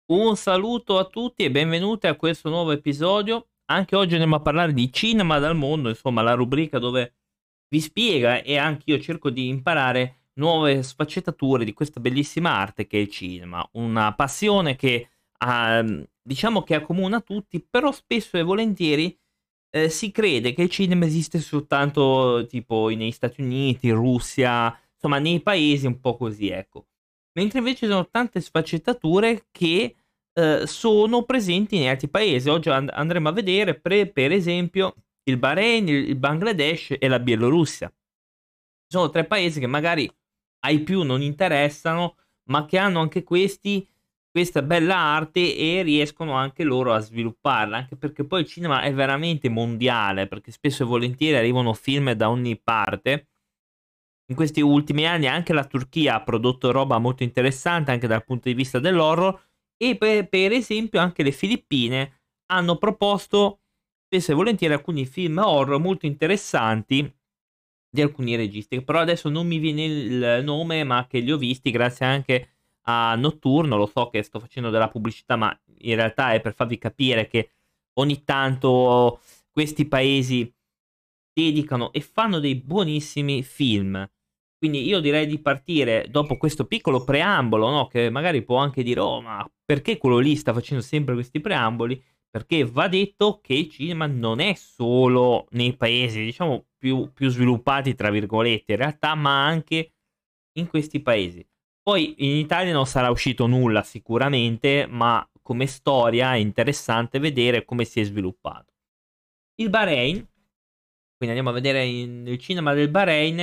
Un saluto a tutti e benvenuti a questo nuovo episodio. Anche oggi andiamo a parlare di cinema dal mondo, insomma, la rubrica dove vi spiega e anche io cerco di imparare nuove sfaccettature di questa bellissima arte che è il cinema. Una passione che diciamo che accomuna tutti, però spesso e volentieri si crede che il cinema esiste soltanto tipo negli Stati Uniti, in Russia, insomma, nei paesi un po' così, ecco. Mentre invece ci sono tante sfaccettature che sono presenti in altri paesi. Oggi andremo a vedere, per esempio, il Bahrain, il Bangladesh e la Bielorussia. Sono tre paesi che magari ai più non interessano, ma che hanno anche questa bella arte e riescono anche loro a svilupparla, anche perché poi il cinema è veramente mondiale, perché spesso e volentieri arrivano film da ogni parte. In questi ultimi anni anche la Turchia ha prodotto roba molto interessante anche dal punto di vista dell'horror e per esempio anche le Filippine hanno proposto spesso e volentieri alcuni film horror molto interessanti di alcuni registi, che però adesso non mi viene il nome, ma che li ho visti grazie anche a Notturno. Lo so che sto facendo della pubblicità, ma in realtà è per farvi capire che ogni tanto questi paesi dedicano e fanno dei buonissimi film. Quindi io direi di partire dopo questo piccolo preambolo, no? Che magari può anche dire, oh, ma perché quello lì sta facendo sempre questi preamboli? Perché va detto che il cinema non è solo nei paesi, diciamo, più sviluppati, tra virgolette, in realtà, ma anche in questi paesi. Poi in Italia non sarà uscito nulla sicuramente, ma come storia è interessante vedere come si è sviluppato. Il Bahrain, quindi andiamo a vedere il cinema del Bahrain,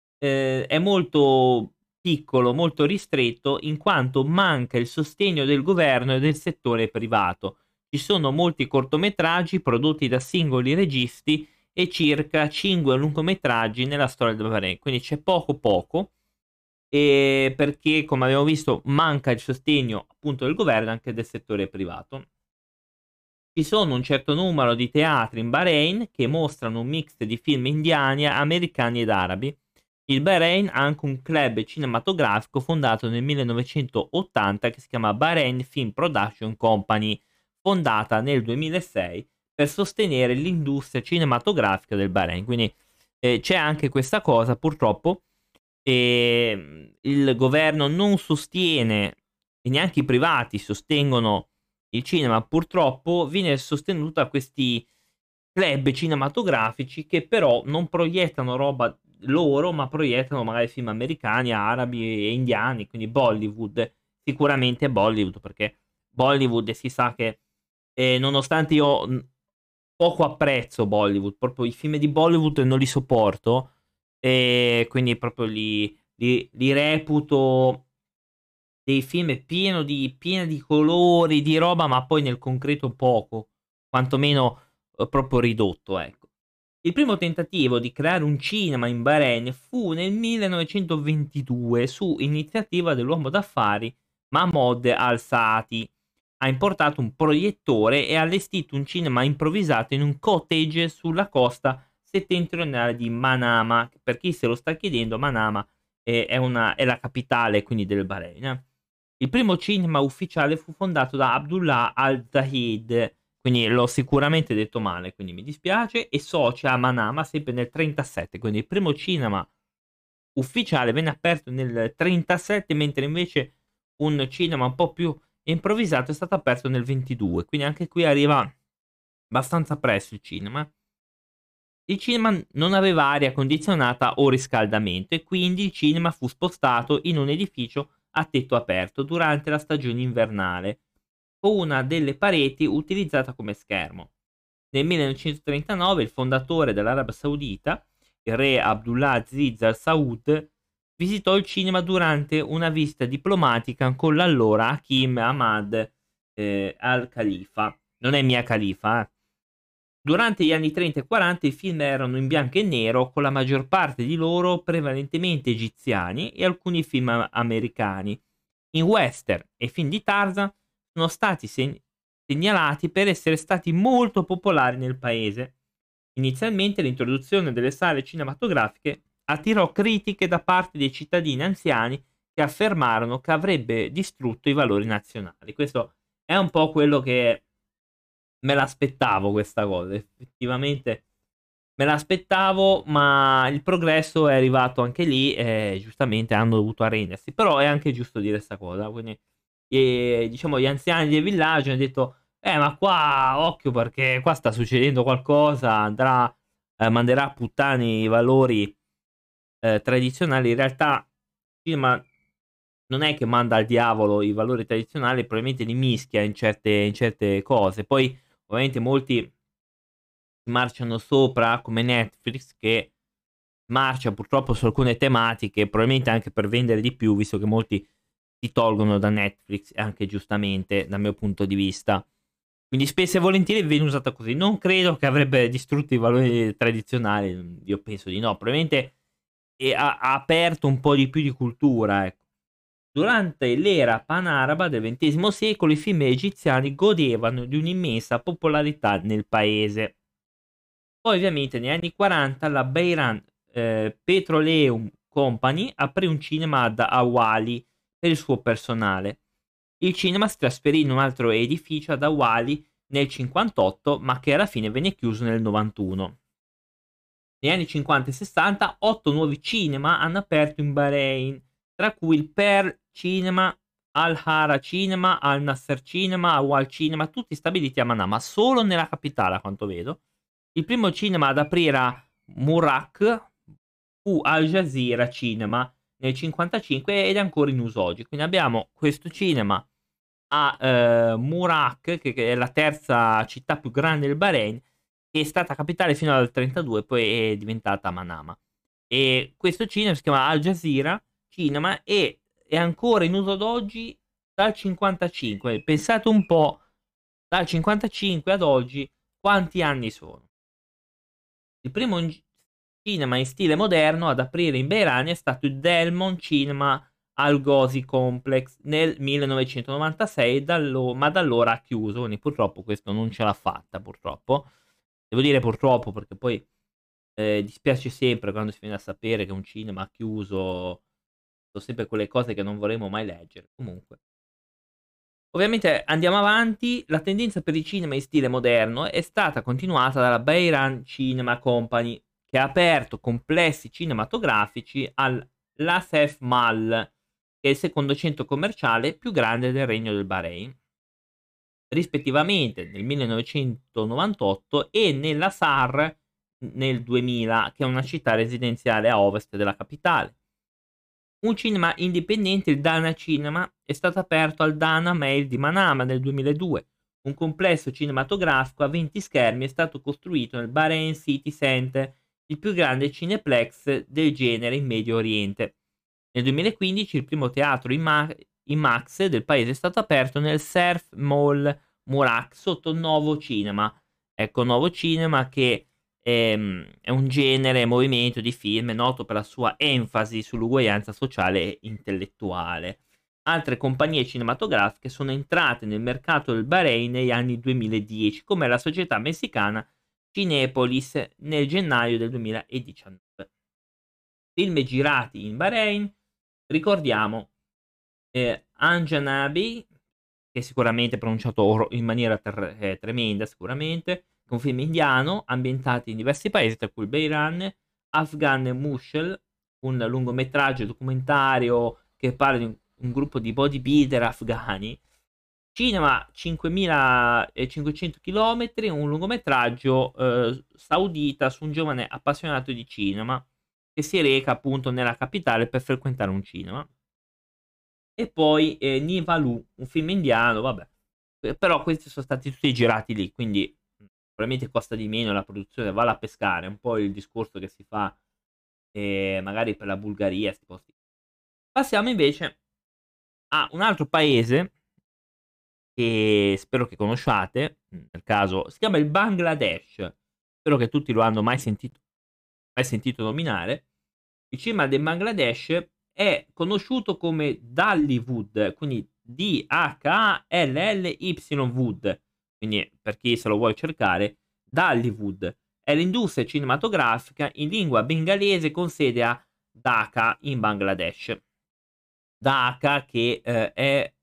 è molto piccolo, molto ristretto, in quanto manca il sostegno del governo e del settore privato. Ci sono molti cortometraggi prodotti da singoli registi e circa 5 lungometraggi nella storia del Bahrain, quindi c'è poco poco, e perché come abbiamo visto manca il sostegno appunto del governo e anche del settore privato. Ci sono un certo numero di teatri in Bahrain che mostrano un mix di film indiani, americani ed arabi. Il Bahrain ha anche un club cinematografico fondato nel 1980 che si chiama Bahrain Film Production Company, fondata nel 2006 per sostenere l'industria cinematografica del Bahrain. Quindi c'è anche questa cosa, purtroppo, il governo non sostiene e neanche i privati sostengono il cinema, purtroppo viene sostenuto da questi club cinematografici che però non proiettano roba loro, ma proiettano magari film americani, arabi e indiani, quindi Bollywood, sicuramente Bollywood, perché Bollywood si sa che nonostante io poco apprezzo Bollywood, proprio i film di Bollywood non li sopporto e quindi proprio li reputo dei film pieni di colori, di roba, ma poi nel concreto poco, quantomeno proprio ridotto, ecco. Il primo tentativo di creare un cinema in Bahrain fu nel 1922 su iniziativa dell'uomo d'affari Mahmoud Al-Saati. Ha importato un proiettore e ha allestito un cinema improvvisato in un cottage sulla costa settentrionale di Manama. Per chi se lo sta chiedendo, Manama è la capitale quindi del Bahrain. Il primo cinema ufficiale fu fondato da Abdullah Al-Zahid, quindi l'ho sicuramente detto male, quindi mi dispiace, e socia a Manama sempre nel 1937, quindi il primo cinema ufficiale venne aperto nel 1937, mentre invece un cinema un po' più improvvisato è stato aperto nel 1922, quindi anche qui arriva abbastanza presto il cinema. Il cinema non aveva aria condizionata o riscaldamento e quindi il cinema fu spostato in un edificio a tetto aperto durante la stagione invernale, con una delle pareti utilizzata come schermo. Nel 1939 il fondatore dell'Arabia Saudita, il re Abdulaziz Al Saud, visitò il cinema durante una visita diplomatica con l'allora Hakim Ahmad Al Khalifa. Non è Mia Khalifa. Durante gli anni 30 e 40 i film erano in bianco e nero, con la maggior parte di loro prevalentemente egiziani e alcuni film americani. In western e film di Tarzan sono stati segnalati per essere stati molto popolari nel paese. Inizialmente l'introduzione delle sale cinematografiche attirò critiche da parte dei cittadini anziani che affermarono che avrebbe distrutto i valori nazionali. Questo è un po' quello che me l'aspettavo questa cosa, effettivamente me l'aspettavo, ma il progresso è arrivato anche lì e giustamente hanno dovuto arrendersi, però è anche giusto dire questa cosa, quindi diciamo gli anziani del villaggio hanno detto ma qua occhio perché qua sta succedendo qualcosa, manderà a puttane i valori tradizionali. In realtà il cinema non è che manda al diavolo i valori tradizionali, probabilmente li mischia in certe cose. Poi, ovviamente, molti marciano sopra, come Netflix, che marcia purtroppo su alcune tematiche, probabilmente anche per vendere di più, visto che molti si tolgono da Netflix, e anche giustamente, dal mio punto di vista. Quindi spesso e volentieri viene usata così. Non credo che avrebbe distrutto i valori tradizionali, io penso di no. Probabilmente ha aperto un po' di più di cultura, ecco. Durante l'era panaraba del XX secolo i film egiziani godevano di un'immensa popolarità nel paese. Poi ovviamente negli anni 40 la Bayran Petroleum Company aprì un cinema ad Awali per il suo personale. Il cinema si trasferì in un altro edificio ad Awali nel 58, ma che alla fine venne chiuso nel 91. Negli anni 50 e 60, 8 nuovi cinema hanno aperto in Bahrain, tra cui il Pearl Cinema, Al-Hara Cinema, Al-Nasser Cinema, Awal Cinema, tutti stabiliti a Manama, solo nella capitale, a quanto vedo. Il primo cinema ad aprire a Murak fu Al Jazeera Cinema nel 55 ed è ancora in uso oggi. Quindi abbiamo questo cinema a Murak, che è la terza città più grande del Bahrain, che è stata capitale fino al 32, poi è diventata Manama. E questo cinema si chiama Al Jazeera Cinema e è ancora in uso ad oggi dal 55. Pensate un po', dal 55 ad oggi, quanti anni sono. Il primo cinema in stile moderno ad aprire in Bahrain è stato il Delmon Cinema Al Ghazi Complex nel 1996, ma da allora ha chiuso, quindi purtroppo questo non ce l'ha fatta, purtroppo. Devo dire purtroppo perché poi dispiace sempre quando si viene a sapere che un cinema ha chiuso, sono sempre quelle cose che non vorremmo mai leggere. Comunque. Ovviamente andiamo avanti, la tendenza per il cinema in stile moderno è stata continuata dalla Bayran Cinema Company, che ha aperto complessi cinematografici all'Asef Mall, che è il secondo centro commerciale più grande del Regno del Bahrain, rispettivamente nel 1998 e nella SAR nel 2000, che è una città residenziale a ovest della capitale. Un cinema indipendente, il Dana Cinema, è stato aperto al Dana Mail di Manama nel 2002. Un complesso cinematografico a 20 schermi è stato costruito nel Bahrain City Center, il più grande cineplex del genere in Medio Oriente. Nel 2015 il primo teatro IMAX del paese è stato aperto nel Surf Mall Murak sotto Novo Cinema. Ecco, Novo Cinema che è un genere movimento di film noto per la sua enfasi sull'uguaglianza sociale e intellettuale. Altre compagnie cinematografiche sono entrate nel mercato del Bahrain negli anni 2010, come la società messicana Cinepolis nel gennaio del 2019. Film girati in Bahrain, ricordiamo Anjanabi, che è sicuramente pronunciato in maniera tremenda, sicuramente, un film indiano ambientato in diversi paesi, tra cui il Bahrain, Afghan Mushel, un lungometraggio documentario che parla di un gruppo di bodybuilder afghani. Cinema 5500 km, un lungometraggio saudita su un giovane appassionato di cinema che si reca appunto nella capitale per frequentare un cinema. E poi Nivalu, un film indiano, vabbè. Però questi sono stati tutti girati lì, quindi probabilmente costa di meno la produzione, vale a pescare, è un po' il discorso che si fa magari per la Bulgaria, sti posti. Passiamo invece a un altro paese che spero che conosciate, nel caso si chiama il Bangladesh, spero che tutti lo hanno mai sentito nominare. Il cinema del Bangladesh è conosciuto come Dollywood, quindi Dhallywood, quindi per chi se lo vuole cercare, Dollywood è l'industria cinematografica in lingua bengalese con sede a Dhaka in Bangladesh. Dhaka che è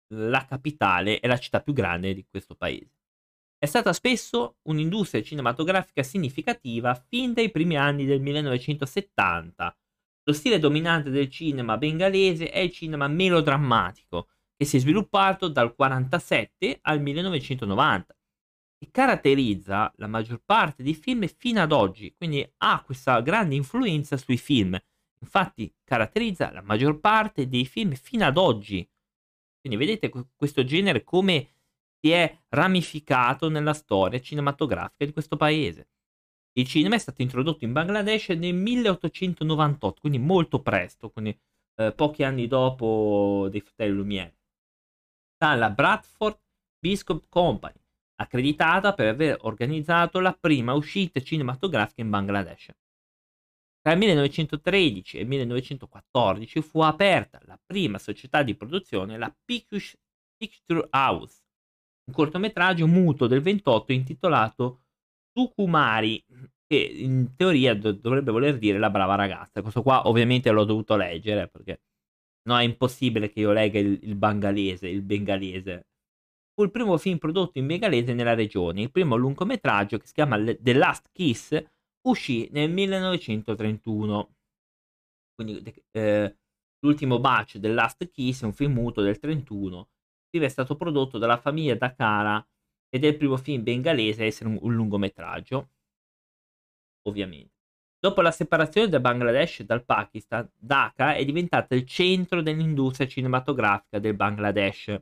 la capitale e la città più grande di questo paese. È stata spesso un'industria cinematografica significativa fin dai primi anni del 1970. Lo stile dominante del cinema bengalese è il cinema melodrammatico, che si è sviluppato dal 47 al 1990 e caratterizza la maggior parte dei film fino ad oggi, quindi ha questa grande influenza sui film. Infatti caratterizza la maggior parte dei film fino ad oggi. Quindi vedete questo genere come si è ramificato nella storia cinematografica di questo paese. Il cinema è stato introdotto in Bangladesh nel 1898, quindi molto presto, quindi pochi anni dopo dei Fratelli Lumière, dalla Bradford Biscuit Company, accreditata per aver organizzato la prima uscita cinematografica in Bangladesh. Tra il 1913 e il 1914 fu aperta la prima società di produzione, la Picture House, un cortometraggio muto del 28 intitolato Sukumari, che in teoria dovrebbe voler dire la brava ragazza. Questo qua ovviamente l'ho dovuto leggere perché no, è impossibile che io legga il bengalese. Fu il primo film prodotto in bengalese nella regione. Il primo lungometraggio, che si chiama The Last Kiss, uscì nel 1931. Quindi l'ultimo bacio del Last Kiss è un film muto del 31. Il film è stato prodotto dalla famiglia Dakara ed è il primo film bengalese a essere un lungometraggio, ovviamente. Dopo la separazione del Bangladesh dal Pakistan, Dhaka è diventata il centro dell'industria cinematografica del Bangladesh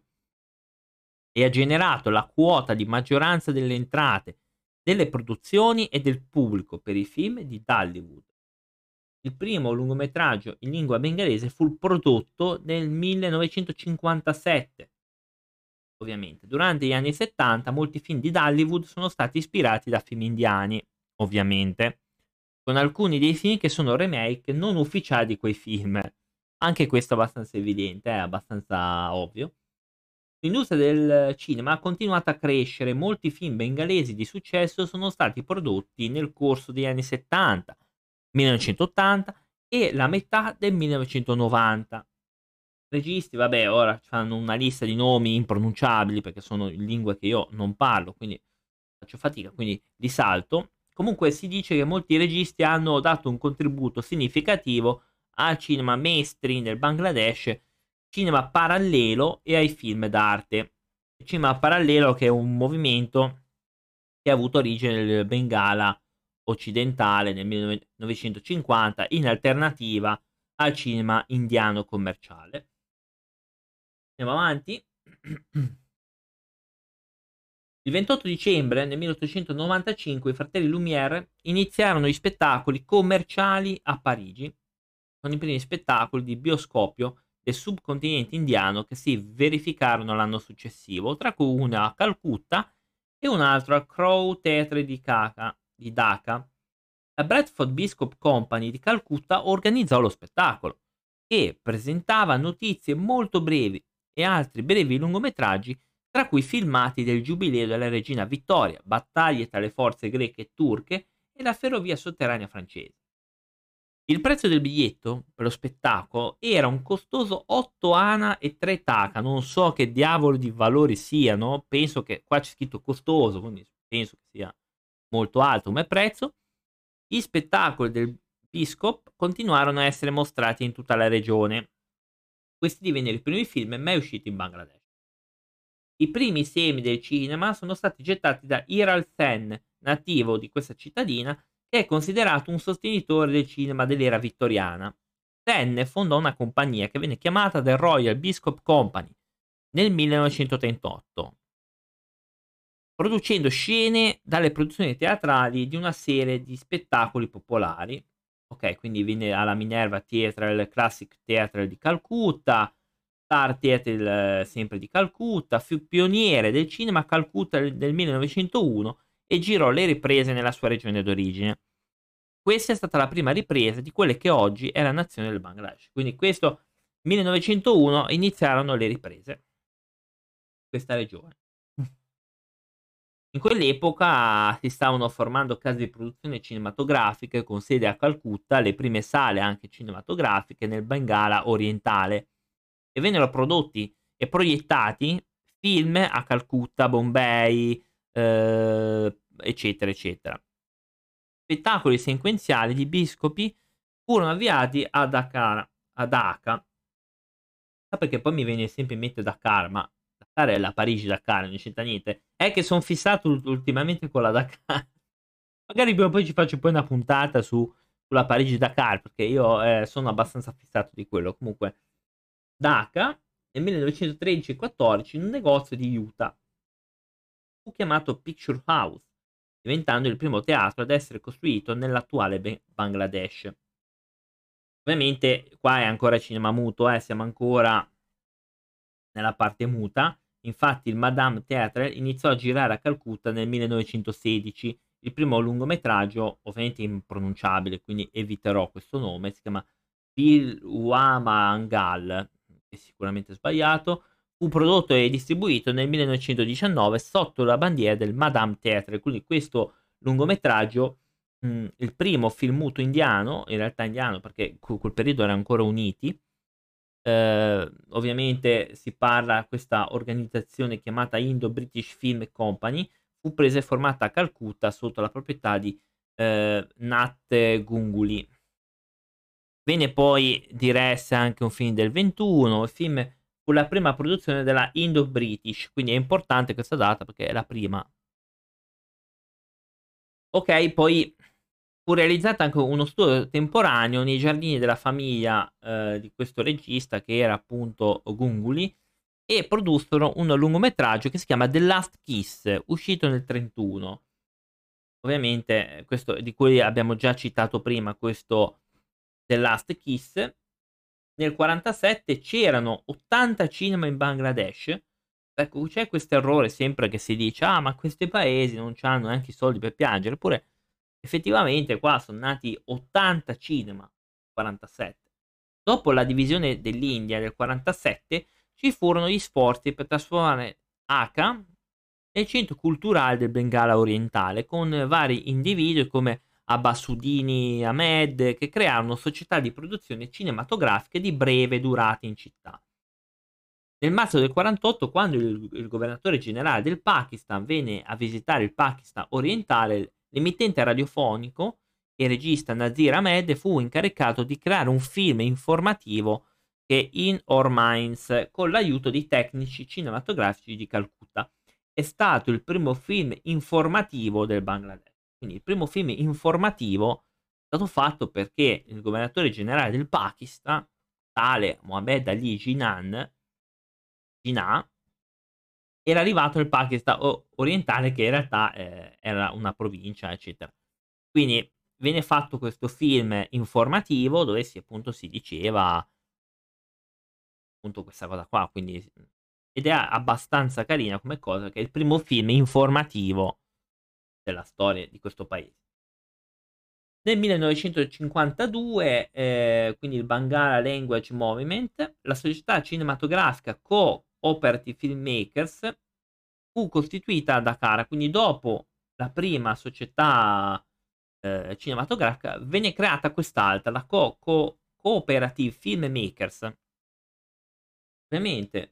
e ha generato la quota di maggioranza delle entrate, delle produzioni e del pubblico per i film di Hollywood. Il primo lungometraggio in lingua bengalese fu prodotto nel 1957. Ovviamente, durante gli anni 70 molti film di Hollywood sono stati ispirati da film indiani, ovviamente, con alcuni dei film che sono remake non ufficiali di quei film. Anche questo è abbastanza evidente, è abbastanza ovvio. L'industria del cinema ha continuato a crescere, molti film bengalesi di successo sono stati prodotti nel corso degli anni 70, 1980 e la metà del 1990. Registi, vabbè, ora fanno una lista di nomi impronunciabili perché sono in lingue che io non parlo, quindi faccio fatica, quindi li salto. Comunque si dice che molti registi hanno dato un contributo significativo al cinema mainstream del Bangladesh, cinema parallelo e ai film d'arte. Il cinema parallelo che è un movimento che ha avuto origine nel Bengala occidentale nel 1950 in alternativa al cinema indiano commerciale. Andiamo avanti. Il 28 dicembre del 1895 i fratelli Lumière iniziarono gli spettacoli commerciali a Parigi, con i primi spettacoli di bioscopio del subcontinente indiano che si verificarono l'anno successivo, tra cui una a Calcutta e un altro al Crow Theatre di Dhaka. La Bradford Biscuit Company di Calcutta organizzò lo spettacolo e presentava notizie molto brevi e altri brevi lungometraggi, tra cui filmati del giubileo della regina Vittoria, battaglie tra le forze greche e turche e la ferrovia sotterranea francese. Il prezzo del biglietto per lo spettacolo era un costoso 8 ana e 3 taca, non so che diavolo di valori siano, penso che qua c'è scritto costoso, quindi penso che sia molto alto come prezzo. Gli spettacoli del Biscop continuarono a essere mostrati in tutta la regione. Questi divennero i primi film mai usciti in Bangladesh. I primi semi del cinema sono stati gettati da Hiral Sen, nativo di questa cittadina, che è considerato un sostenitore del cinema dell'era vittoriana. Sen fondò una compagnia che venne chiamata The Royal Biscop Company nel 1938, producendo scene dalle produzioni teatrali di una serie di spettacoli popolari. Ok, quindi venne alla Minerva Theatre, Classic Theatre di Calcutta, Star Theatre sempre di Calcutta, fu pioniere del cinema a Calcutta nel 1901 e girò le riprese nella sua regione d'origine. Questa è stata la prima ripresa di quelle che oggi è la nazione del Bangladesh. Quindi questo 1901 iniziarono le riprese in questa regione. In quell'epoca si stavano formando case di produzione cinematografiche con sede a Calcutta, le prime sale anche cinematografiche nel Bengala orientale, e vennero prodotti e proiettati film a Calcutta, Bombay, eccetera, eccetera. Spettacoli sequenziali di biscopi furono avviati a Dhaka. Perché poi mi viene sempre in mente Dakar, ma Dakar è la Parigi-Dakar, non c'entra niente. È che son fissato ultimamente con la Dakar. Magari prima o poi ci faccio poi una puntata sulla Parigi-Dakar, perché io sono abbastanza fissato di quello. Comunque, Dhaka nel 1913 e 14 in un negozio di Utah fu chiamato Picture House, diventando il primo teatro ad essere costruito nell'attuale Bangladesh. Ovviamente qua è ancora cinema muto, siamo ancora nella parte muta. Infatti il Madame Theatre iniziò a girare a Calcutta nel 1916. Il primo lungometraggio, ovviamente impronunciabile, quindi eviterò questo nome, si chiama Pilwama Angal, che è sicuramente sbagliato, fu prodotto e distribuito nel 1919 sotto la bandiera del Madame Theatre. Quindi questo lungometraggio, il primo film muto indiano, in realtà indiano perché quel periodo erano ancora uniti. Ovviamente si parla di questa organizzazione chiamata Indo-British Film Company, fu presa e formata a Calcutta sotto la proprietà di Nat Gunguli. Venne poi diressa anche un film del 21, il film fu la prima produzione della Indo-British, quindi è importante questa data perché è la prima. Ok, poi fu realizzato anche uno studio temporaneo nei giardini della famiglia di questo regista che era appunto Gunguli e produssero un lungometraggio che si chiama The Last Kiss, uscito nel 31. Ovviamente questo di cui abbiamo già citato prima, questo The Last Kiss. Nel 47 c'erano 80 cinema in Bangladesh. Ecco, c'è questo errore sempre che si dice: "Ah, ma questi paesi non c'hanno neanche i soldi per piangere", eppure effettivamente qua son nati 80 cinema, 47. Dopo la divisione dell'India del 47 ci furono gli sforzi per trasformare Acca nel centro culturale del Bengala orientale, con vari individui come Abbasudini Ahmed che crearono società di produzione cinematografiche di breve durata in città. Nel marzo del 48, quando il governatore generale del Pakistan venne a visitare il Pakistan orientale, l'emittente radiofonico e regista Nazir Ahmed fu incaricato di creare un film informativo che In Our Minds con l'aiuto di tecnici cinematografici di Calcutta. È stato il primo film informativo del Bangladesh. Quindi il primo film informativo è stato fatto perché il governatore generale del Pakistan, tale Mohammed Ali Jinnah, era arrivato nel Pakistan orientale che in realtà era una provincia, eccetera. Quindi viene fatto questo film informativo dove si diceva appunto questa cosa qua, quindi ed è abbastanza carina come cosa, che è il primo film informativo della storia di questo paese. Nel 1952, quindi il Bangala Language Movement, la società cinematografica Cooperative Filmmakers fu costituita a Dakar, quindi dopo la prima società cinematografica venne creata quest'altra, la Cooperative Filmmakers. Ovviamente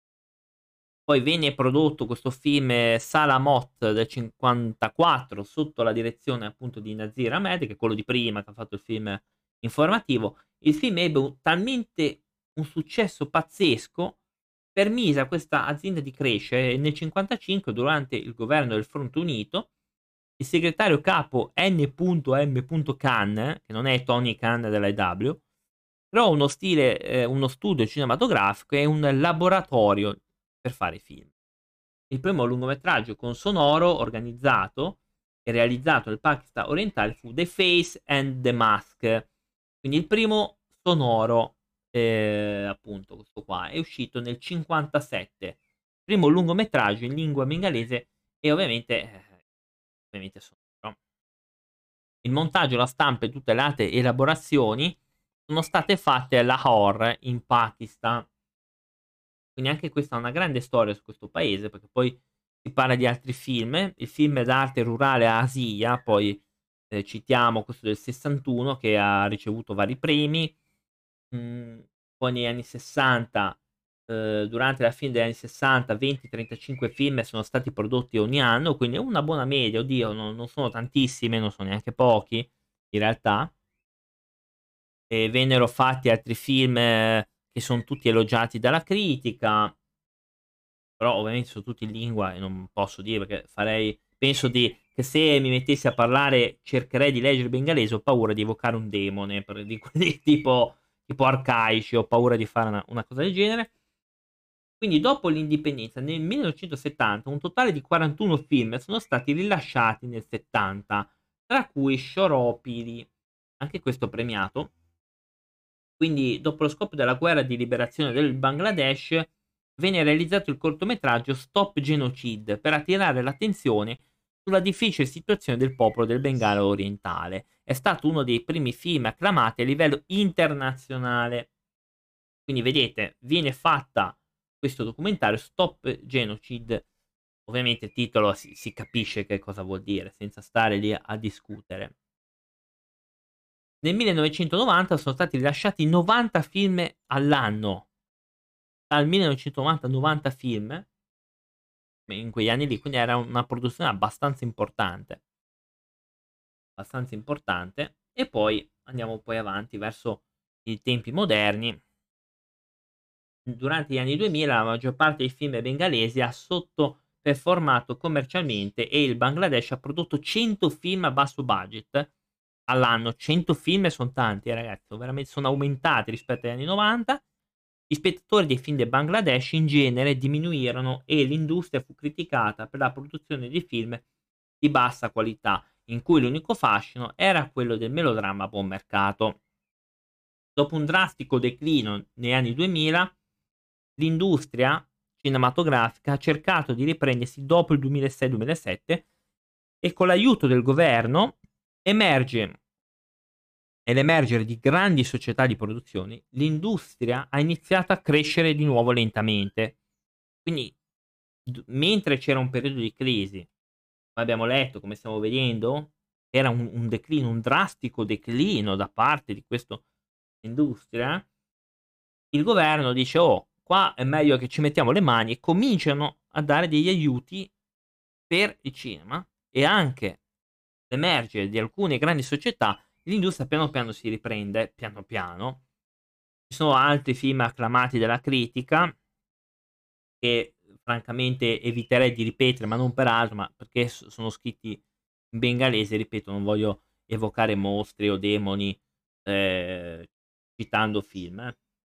poi venne prodotto questo film Salamot del 54 sotto la direzione appunto di Nazir Ahmed, che è quello di prima che ha fatto il film informativo. Il film ebbe talmente un successo pazzesco, permise a questa azienda di crescere e nel 55 durante il governo del Fronte Unito, il segretario capo N.M. Khan, che non è Tony Khan dell'IW, creò uno studio cinematografico e un laboratorio per fare film. Il primo lungometraggio con sonoro organizzato e realizzato nel Pakistan orientale fu The Face and the Mask. Quindi il primo sonoro, appunto, questo qua, è uscito nel 57. Primo lungometraggio in lingua bengalese e ovviamente sonoro. Il montaggio, la stampa e tutte le altre elaborazioni sono state fatte a Lahore, in Pakistan. Quindi anche questa è una grande storia su questo paese, perché poi si parla di altri film. Il film d'arte rurale Asia, poi citiamo questo del 61 che ha ricevuto vari premi. Poi negli anni 60 durante la fine degli anni 60 20-35 film sono stati prodotti ogni anno, quindi è una buona media, oddio, non sono tantissimi, non sono neanche pochi in realtà. E vennero fatti altri film che son tutti elogiati dalla critica, però ovviamente sono tutti in lingua e non posso dire perché farei penso che se mi mettessi a parlare cercherei di leggere il bengalese, ho paura di evocare un demone per di quelli tipo arcaici, ho paura di fare una cosa del genere. Quindi dopo l'indipendenza nel 1970 un totale di 41 film sono stati rilasciati nel '70, tra cui Sciropidi, anche questo premiato. Quindi dopo lo scoppio della guerra di liberazione del Bangladesh venne realizzato il cortometraggio Stop Genocide per attirare l'attenzione sulla difficile situazione del popolo del Bengala orientale. È stato uno dei primi film acclamati a livello internazionale. Quindi vedete, viene fatta questo documentario Stop Genocide, ovviamente il titolo si capisce che cosa vuol dire, senza stare lì a discutere. Nel 1990 sono stati rilasciati 90 film all'anno, dal 1990 90 film, in quegli anni lì, quindi era una produzione abbastanza importante, e poi andiamo poi avanti verso i tempi moderni. Durante gli anni 2000 la maggior parte dei film bengalesi ha sottoperformato commercialmente e il Bangladesh ha prodotto 100 film a basso budget all'anno. 100 film son tanti, ragazzi, sono aumentati rispetto agli anni '90. Gli spettatori dei film del Bangladesh in genere diminuirono e l'industria fu criticata per la produzione di film di bassa qualità, in cui l'unico fascino era quello del melodramma a buon mercato. Dopo un drastico declino negli anni 2000, l'industria cinematografica ha cercato di riprendersi dopo il 2006-2007 e con l'aiuto del governo emerge e l'emergere di grandi società di produzione, l'industria ha iniziato a crescere di nuovo lentamente. Quindi, mentre c'era un periodo di crisi, come abbiamo letto, come stiamo vedendo, era un declino, un drastico declino da parte di questa industria, il governo dice: "Oh, qua è meglio che ci mettiamo le mani", e cominciano a dare degli aiuti per il cinema, e anche l'emergere di alcune grandi società, l'industria piano piano si riprende, piano piano. Ci sono altri film acclamati dalla critica che francamente eviterei di ripetere, ma non per altro, ma perché sono scritti in bengalese, ripeto, non voglio evocare mostri o demoni ehm, citando film.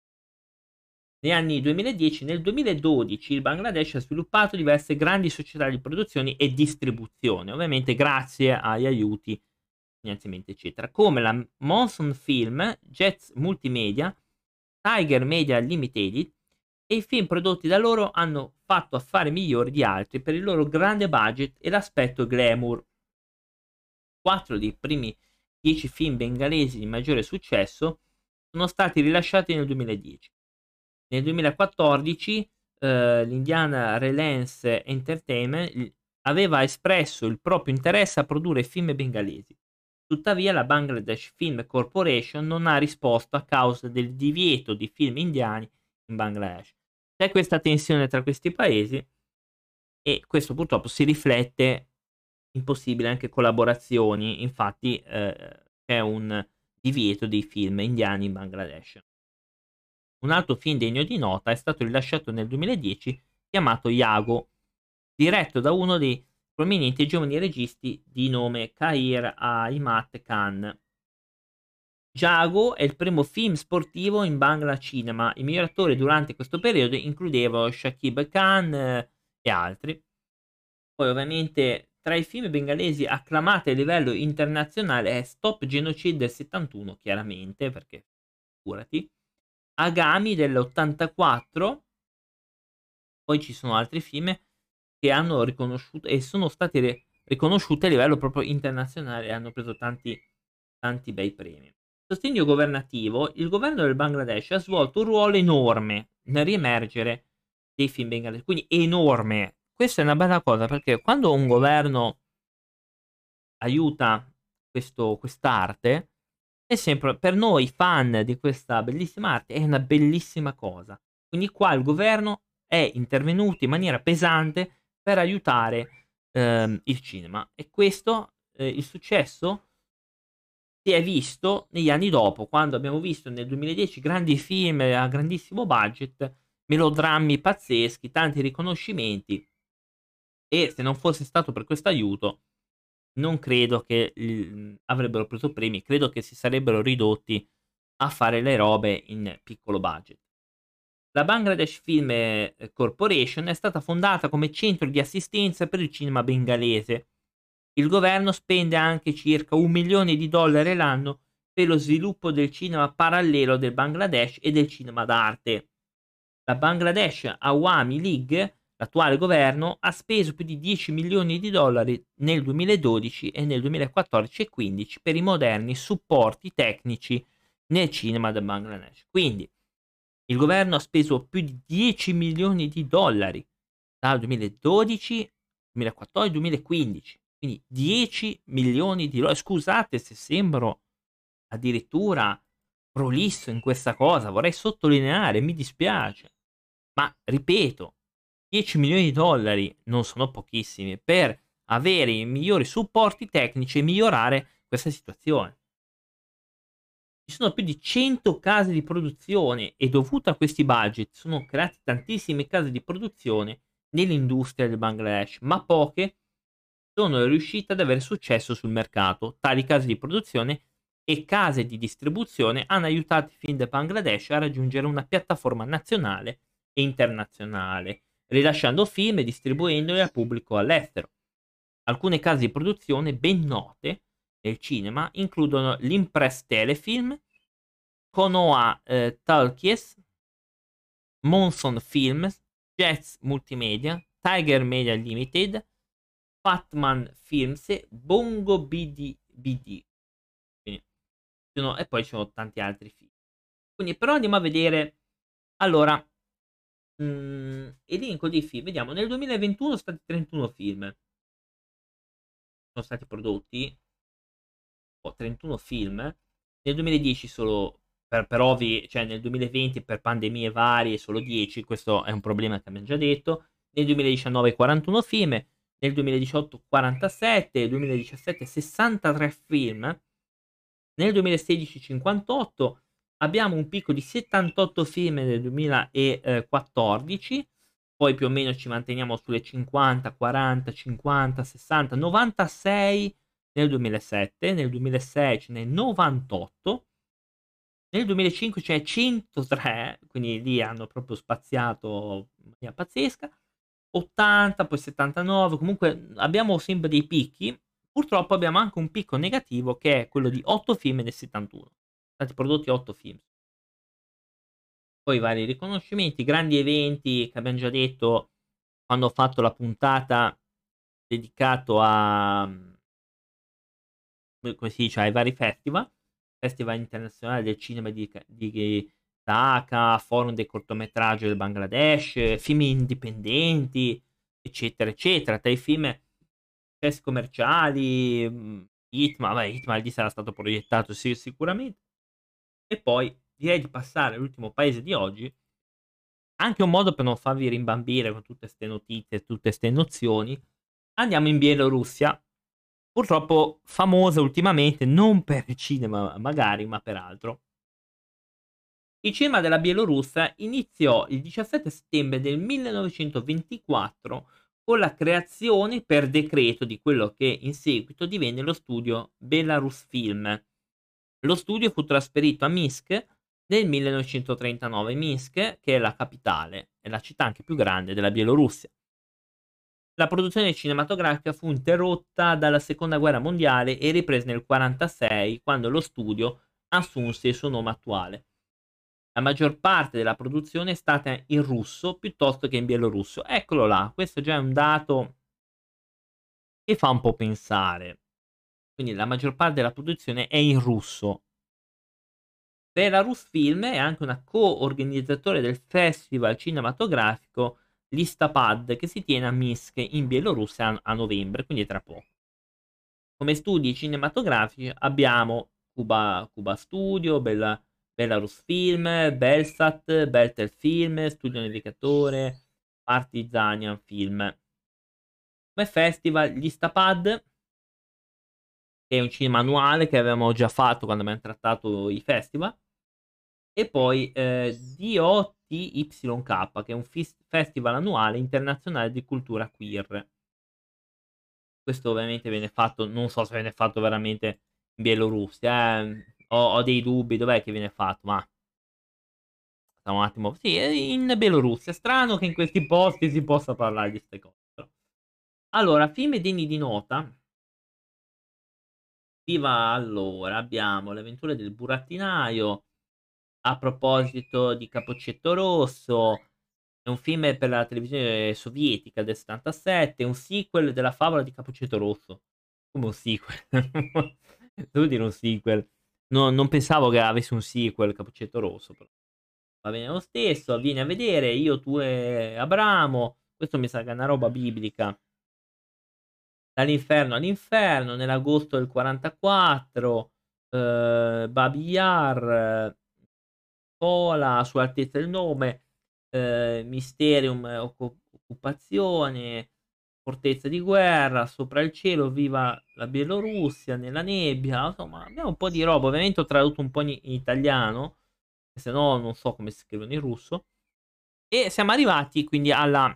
Negli anni 2010 nel 2012 il Bangladesh ha sviluppato diverse grandi società di produzione e distribuzione, ovviamente grazie agli aiuti, finanziamenti eccetera, come la Monsoon Film, Jets Multimedia, Tiger Media Limited, e i film prodotti da loro hanno fatto affari migliori di altri per il loro grande budget e l'aspetto glamour. 4 dei primi 10 film bengalesi di maggiore successo sono stati rilasciati nel 2010. Nel 2014 l'Indiana Reliance Entertainment aveva espresso il proprio interesse a produrre film bengalesi. Tuttavia la Bangladesh Film Corporation non ha risposto a causa del divieto di film indiani in Bangladesh. C'è questa tensione tra questi paesi e questo purtroppo si riflette in possibili anche collaborazioni, infatti c'è un divieto dei film indiani in Bangladesh. Un altro film degno di nota è stato rilasciato nel 2010 chiamato Yago, diretto da uno dei prominenti giovani registi di nome Kahir Ahmad Khan. Jago è il primo film sportivo in Bangla Cinema. I migliori attori durante questo periodo includevano Shakib Khan e altri. Poi ovviamente tra i film bengalesi acclamati a livello internazionale è Stop Genocide del 71, chiaramente, perché figurati, Agami dell'84, poi ci sono altri film che hanno riconosciuto e sono stati riconosciuti a livello proprio internazionale e hanno preso tanti bei premi. Sostegno governativo, il governo del Bangladesh ha svolto un ruolo enorme nel riemergere dei film bengalesi, quindi enorme. Questa è una bella cosa perché quando un governo aiuta quest'arte, è sempre per noi fan di questa bellissima arte, è una bellissima cosa. Quindi qua il governo è intervenuto in maniera pesante per aiutare il cinema, e questo, il successo si è visto negli anni dopo, quando abbiamo visto nel 2010 grandi film a grandissimo budget, melodrammi pazzeschi, tanti riconoscimenti, e se non fosse stato per questo aiuto non credo che avrebbero preso premi, credo che si sarebbero ridotti a fare le robe in piccolo budget. La Bangladesh Film Corporation è stata fondata come centro di assistenza per il cinema bengalese. Il governo spende anche circa $1 milione l'anno per lo sviluppo del cinema parallelo del Bangladesh e del cinema d'arte. La Bangladesh Awami League, l'attuale governo, ha speso più di $10 milioni nel 2012 e nel 2014 e 15 per i moderni supporti tecnici nel cinema del Bangladesh. Quindi il governo ha speso più di $10 milioni dal 2012, 2014, 2015. Quindi $10 milioni. Scusate se sembro addirittura prolisso in questa cosa, vorrei sottolineare, mi dispiace. Ma ripeto, $10 milioni non sono pochissimi per avere i migliori supporti tecnici e migliorare questa situazione. Ci sono più di 100 case di produzione e dovuto a questi budget sono creati tantissime case di produzione nell'industria del Bangladesh, ma poche sono riuscite ad avere successo sul mercato. Tali case di produzione e case di distribuzione hanno aiutato i film del Bangladesh a raggiungere una piattaforma nazionale e internazionale, rilasciando film e distribuendoli al pubblico all'estero. Alcune case di produzione ben note nel cinema includono l'Impress Telefilm, Konoha Talkies, Monson Films, Jets Multimedia, Tiger Media Limited, Fatman Films e Bongo BD. E poi ci sono tanti altri film. Quindi però andiamo a vedere, allora, elenco dei film. Vediamo, nel 2021 sono stati 31 film, sono stati prodotti, 31 film, nel 2010 solo, per ovvi, cioè nel 2020 per pandemie varie solo 10, questo è un problema che abbiamo già detto, nel 2019 41 film, nel 2018 47, nel 2017 63 film, nel 2016 58, abbiamo un picco di 78 film nel 2014, poi più o meno ci manteniamo sulle 50, 40, 50, 60, 96 nel 2007, nel 2006 ce n'è 98, nel 2005 ce n'è 103, quindi lì hanno proprio spaziato in maniera pazzesca, 80, poi 79, comunque abbiamo sempre dei picchi. Purtroppo abbiamo anche un picco negativo che è quello di 8 film nel 71. Sono stati prodotti 8 film. Poi vari riconoscimenti, grandi eventi che abbiamo già detto quando ho fatto la puntata dedicato a, come si dice, ai vari festival, Festival internazionale del cinema di Dhaka, Forum del cortometraggio del Bangladesh, film indipendenti, eccetera, eccetera. Tra i film test commerciali, Hitman lì sarà stato proiettato sicuramente. E poi direi di passare all'ultimo paese di oggi, anche un modo per non farvi rimbambire con tutte ste notizie, tutte ste nozioni. Andiamo in Bielorussia, purtroppo famosa ultimamente non per il cinema magari, ma per altro. Il cinema della Bielorussia iniziò il 17 settembre del 1924 con la creazione per decreto di quello che in seguito divenne lo studio Belarus Film. Lo studio fu trasferito a Minsk nel 1939. Minsk, che è la capitale, è la città anche più grande della Bielorussia. La produzione cinematografica fu interrotta dalla seconda guerra mondiale e riprese nel 1946, quando lo studio assunse il suo nome attuale. La maggior parte della produzione è stata in russo piuttosto che in bielorusso. Eccolo là, questo già è un dato che fa un po' pensare. Quindi la maggior parte della produzione è in russo. Belarus Film è anche una co-organizzatore del festival cinematografico Listapad che si tiene a Minsk in Bielorussia a novembre, quindi tra poco. Come studi cinematografici abbiamo Cuba Studio, Belarus Film, Belsat, Belter Film, Studio Navigatore, Partizanian Film. Come festival, gli Stapad, che è un cinema annuale che avevamo già fatto quando abbiamo trattato i festival, e poi DOTYK, che è un festival annuale internazionale di cultura queer. Questo ovviamente viene fatto, non so se viene fatto veramente in Bielorussia, ho dei dubbi, dov'è che viene fatto, ma un attimo, sì, è in Bielorussia, strano che in questi posti si possa parlare di queste cose. Allora, film degni di nota, viva allora, abbiamo Le avventure del burattinaio, a proposito di Cappuccetto Rosso, è un film per la televisione sovietica del 77, un sequel della favola di Cappuccetto Rosso. Come un sequel? Devo dire un sequel. Non pensavo che avesse un sequel Cappuccetto Rosso, però. Va bene lo stesso, vieni a vedere, io, tu e Abramo. Questo mi sa che è una roba biblica. Dall'inferno all'inferno, nell'agosto del 44, Babi Yar, Pola, Sua Altezza il Nome, Mysterium, Occupazione, Fortezza di Guerra, Sopra il Cielo, Viva la Bielorussia, Nella Nebbia, insomma abbiamo un po' di roba, ovviamente ho tradotto un po' in italiano, se no non so come si scrivono in russo, e siamo arrivati quindi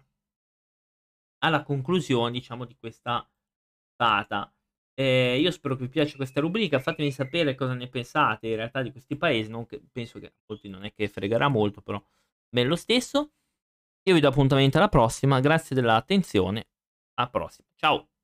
alla conclusione, diciamo, di questa data. Io spero che vi piaccia questa rubrica, fatemi sapere cosa ne pensate in realtà di questi paesi, non che, penso che a molti non è che fregherà molto, però bene lo stesso. Io vi do appuntamento alla prossima, grazie dell'attenzione, a prossima, ciao!